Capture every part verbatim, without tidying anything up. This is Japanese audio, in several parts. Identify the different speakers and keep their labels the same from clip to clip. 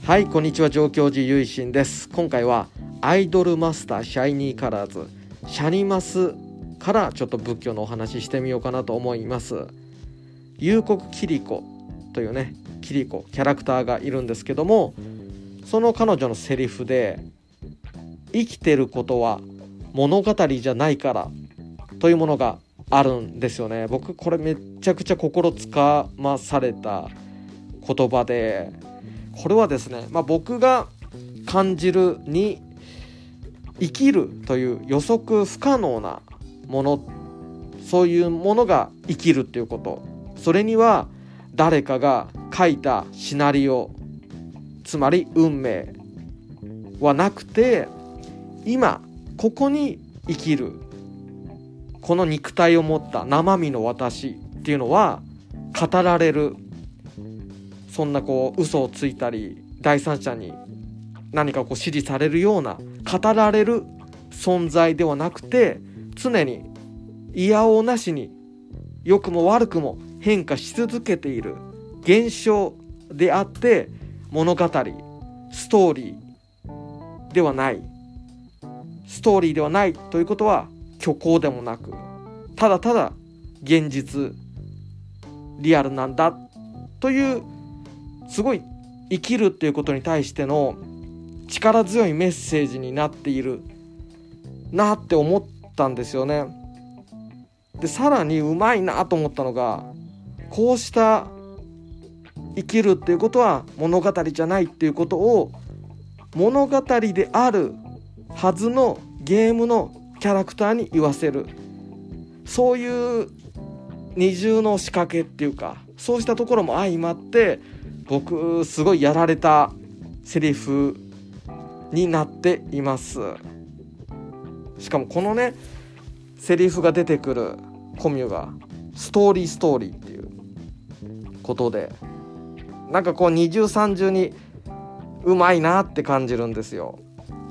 Speaker 1: はい、こんにちは。上京寺ゆいしんです。今回はアイドルマスターシャイニーカラーズシャニマスからちょっと仏教のお話ししてみようかなと思います。幽谷キリコというねキリコキャラクターがいるんですけども、その彼女のセリフで生きてることは物語じゃないからというものがあるんですよね。僕これめちゃくちゃ心つかまされた言葉で、これはですね、まあ、僕が感じるに生きるという予測不可能なもの、そういうものが生きるっていうこと、それには誰かが書いたシナリオ、つまり運命はなくて、今ここに生きるこの肉体を持った生身の私っていうのは語られる、そんなこう嘘をついたり第三者に何かこう指示されるような語られる存在ではなくて、常にいやおうなしに良くも悪くも変化し続けている現象であって、物語ストーリーではないストーリーではないということは虚構でもなく、ただただ現実リアルなんだという、すごい生きるっていうことに対しての力強いメッセージになっているなって思ったんですよね。でさらにうまいなと思ったのが、こうした生きるっていうことは物語じゃないっていうことを物語であるはずのゲームのキャラクターに言わせる、そういう二重の仕掛けっていうか、そうしたところも相まって僕すごいやられたセリフになっています。しかもこのねセリフが出てくるコミュがストーリーストーリーっていうことで、なんかこう二重三重にうまいなって感じるんですよ。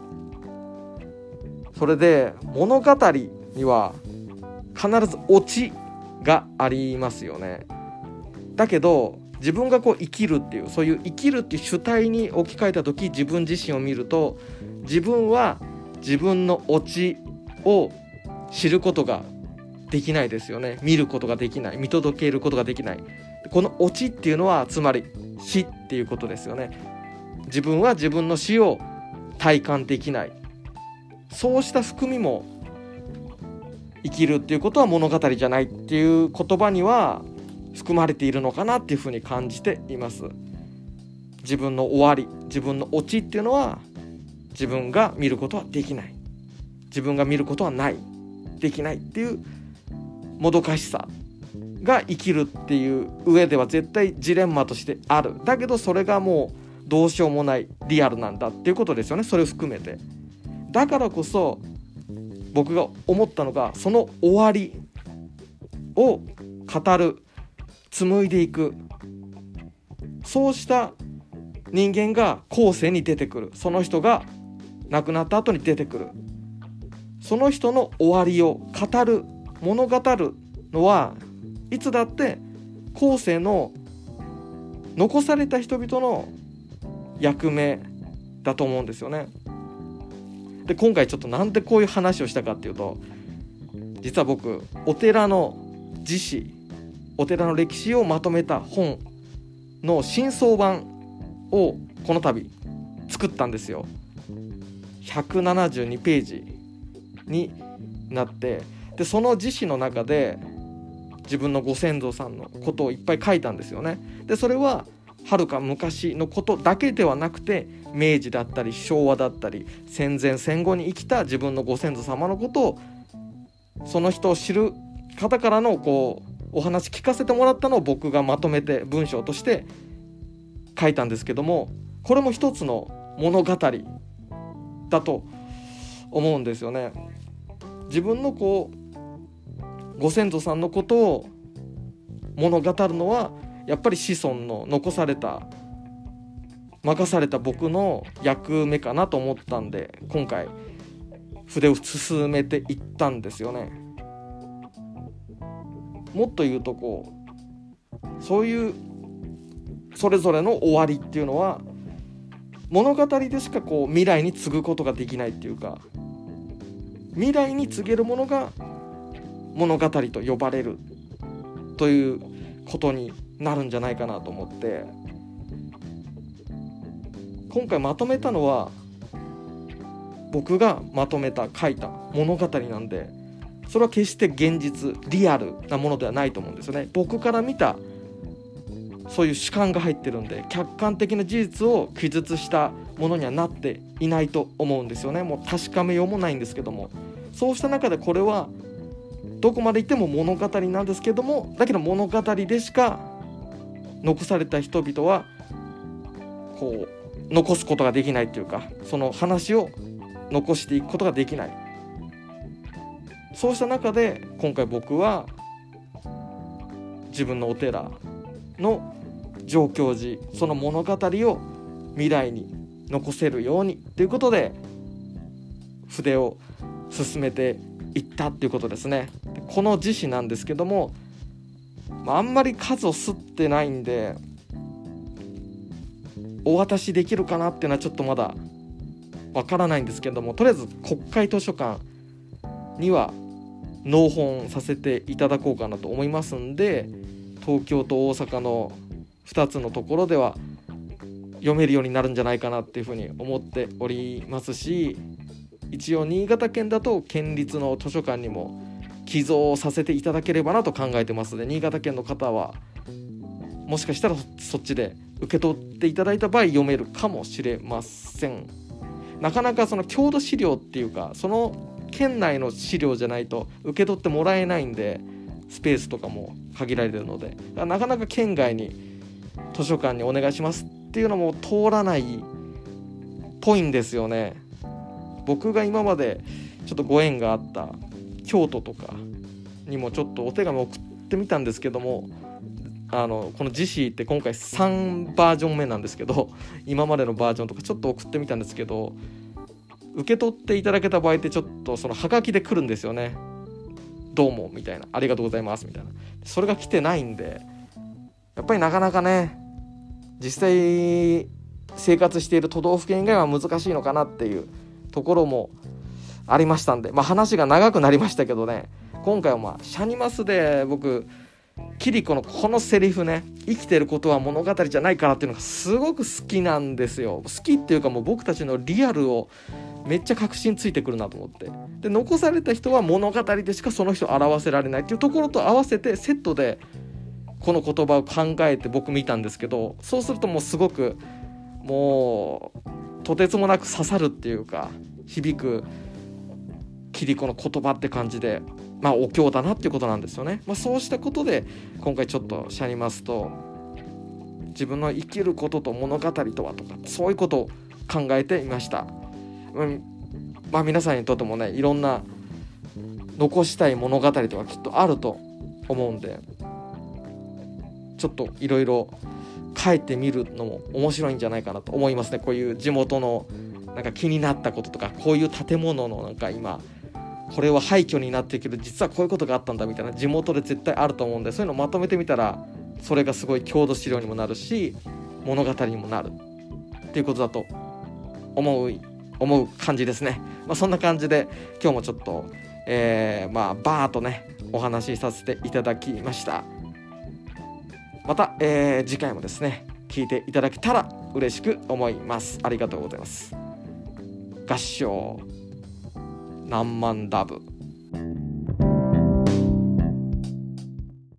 Speaker 1: それで物語には必ずオチがありますよね。だけど自分がこう生きるっていう、そういう生きるっていう主体に置き換えた時、自分自身を見ると自分は自分のオチを知ることができないですよね。見ることができない、見届けることができない。このオチっていうのはつまり死っていうことですよね。自分は自分の死を体感できない、そうした含みも生きるっていうことは物語じゃないっていう言葉には含まれているのかなっていうふうに感じています。自分の終わり、自分のオチっていうのは自分が見ることはできない、自分が見ることはない、できないっていうもどかしさが生きるっていう上では絶対ジレンマとしてある。だけどそれがもうどうしようもないリアルなんだっていうことですよね。それを含めて、だからこそ僕が思ったのが、その終わりを語る、紡いでいく、そうした人間が後世に出てくる、その人が亡くなった後に出てくる、その人の終わりを語る、物語るのはいつだって後世の残された人々の役目だと思うんですよね。で今回ちょっとなんでこういう話をしたかっていうと、実は僕お寺の寺史、お寺の歴史をまとめた本の新装版をこの度作ったんですよ。ひゃくななじゅうにページになって、でその寺史の中で自分のご先祖さんのことをいっぱい書いたんですよね。でそれははるか昔のことだけではなくて、明治だったり昭和だったり戦前戦後に生きた自分のご先祖様のことを、その人を知る方からのこうお話聞かせてもらったのを僕がまとめて文章として書いたんですけども、これも一つの物語だと思うんですよね。自分のこうご先祖さんのことを物語るのはやっぱり子孫の残された任された僕の役目かなと思ったんで、今回筆を進めていったんですよね。もっと言うとこうそういうそれぞれの終わりっていうのは物語でしかこう未来に継ぐことができないっていうか、未来に告げるものが物語と呼ばれるということになるんじゃないかなと思って、今回まとめたのは僕がまとめた書いた物語なんで、それは決して現実リアルなものではないと思うんですよね。僕から見たそういう主観が入ってるんで、客観的な事実を記述したものにはなっていないと思うんですよね。もう確かめようもないんですけども、そうした中でこれはどこまでいっても物語なんですけども、だけど物語でしか残された人々はこう残すことができないというか、その話を残していくことができない。そうした中で今回僕は自分のお寺の上京寺、その物語を未来に残せるようにということで筆を進めていったっていうことですね。この辞紙なんですけども、あんまり数を吸ってないんでお渡しできるかなっていうのはちょっとまだわからないんですけども、とりあえず国会図書館には納本させていただこうかなと思いますんで、東京と大阪のふたつのところでは読めるようになるんじゃないかなっていうふうに思っておりますし、一応新潟県だと県立の図書館にも寄贈させていただければなと考えてますので、新潟県の方はもしかしたらそっちで受け取っていただいた場合読めるかもしれません。なかなかその郷土資料っていうか、その県内の資料じゃないと受け取ってもらえないんで、スペースとかも限られてるので、なかなか県外に図書館にお願いしますっていうのも通らないっぽいんですよね。僕が今までちょっとご縁があった京都とかにもちょっとお手紙送ってみたんですけども、あのこの辞紙って今回さんバージョン目なんですけど、今までのバージョンとかちょっと送ってみたんですけど、受け取っていただけた場合ってちょっとそのハガキで来るんですよね。どうもみたいな、ありがとうございますみたいな。それが来てないんで、やっぱりなかなかね、実際生活している都道府県以外は難しいのかなっていうところもありましたんで、まあ話が長くなりましたけどね、今回はまあシャニマスで僕キリコのこのセリフね、生きてることは物語じゃないからっていうのがすごく好きなんですよ。好きっていうかもう僕たちのリアルをめっちゃ確信ついてくるなと思って、で残された人は物語でしかその人を表せられないっていうところと合わせてセットでこの言葉を考えて僕見たんですけど、そうするともうすごくもうとてつもなく刺さるっていうか、響くキリコの言葉って感じで、まあお経だなっていうことなんですよね。まあ、そうしたことで今回ちょっとシャニマスと自分の生きることと物語とはとか、そういうことを考えてみました。うん、まあ皆さんにとってもね、いろんな残したい物語とかきっとあると思うんで、ちょっといろいろ書いてみるのも面白いんじゃないかなと思いますね。こういう地元のなんか気になったこととか、こういう建物のなんか今これは廃墟になってるけど実はこういうことがあったんだみたいな、地元で絶対あると思うんで、そういうのをまとめてみたらそれがすごい郷土資料にもなるし物語にもなるっていうことだと思う思う感じですね。まあ、そんな感じで今日もちょっと、えー、まあバーっとねお話しさせていただきました。また、えー、次回もですね聞いていただけたら嬉しく思います。ありがとうございます。合唱何万ダブ。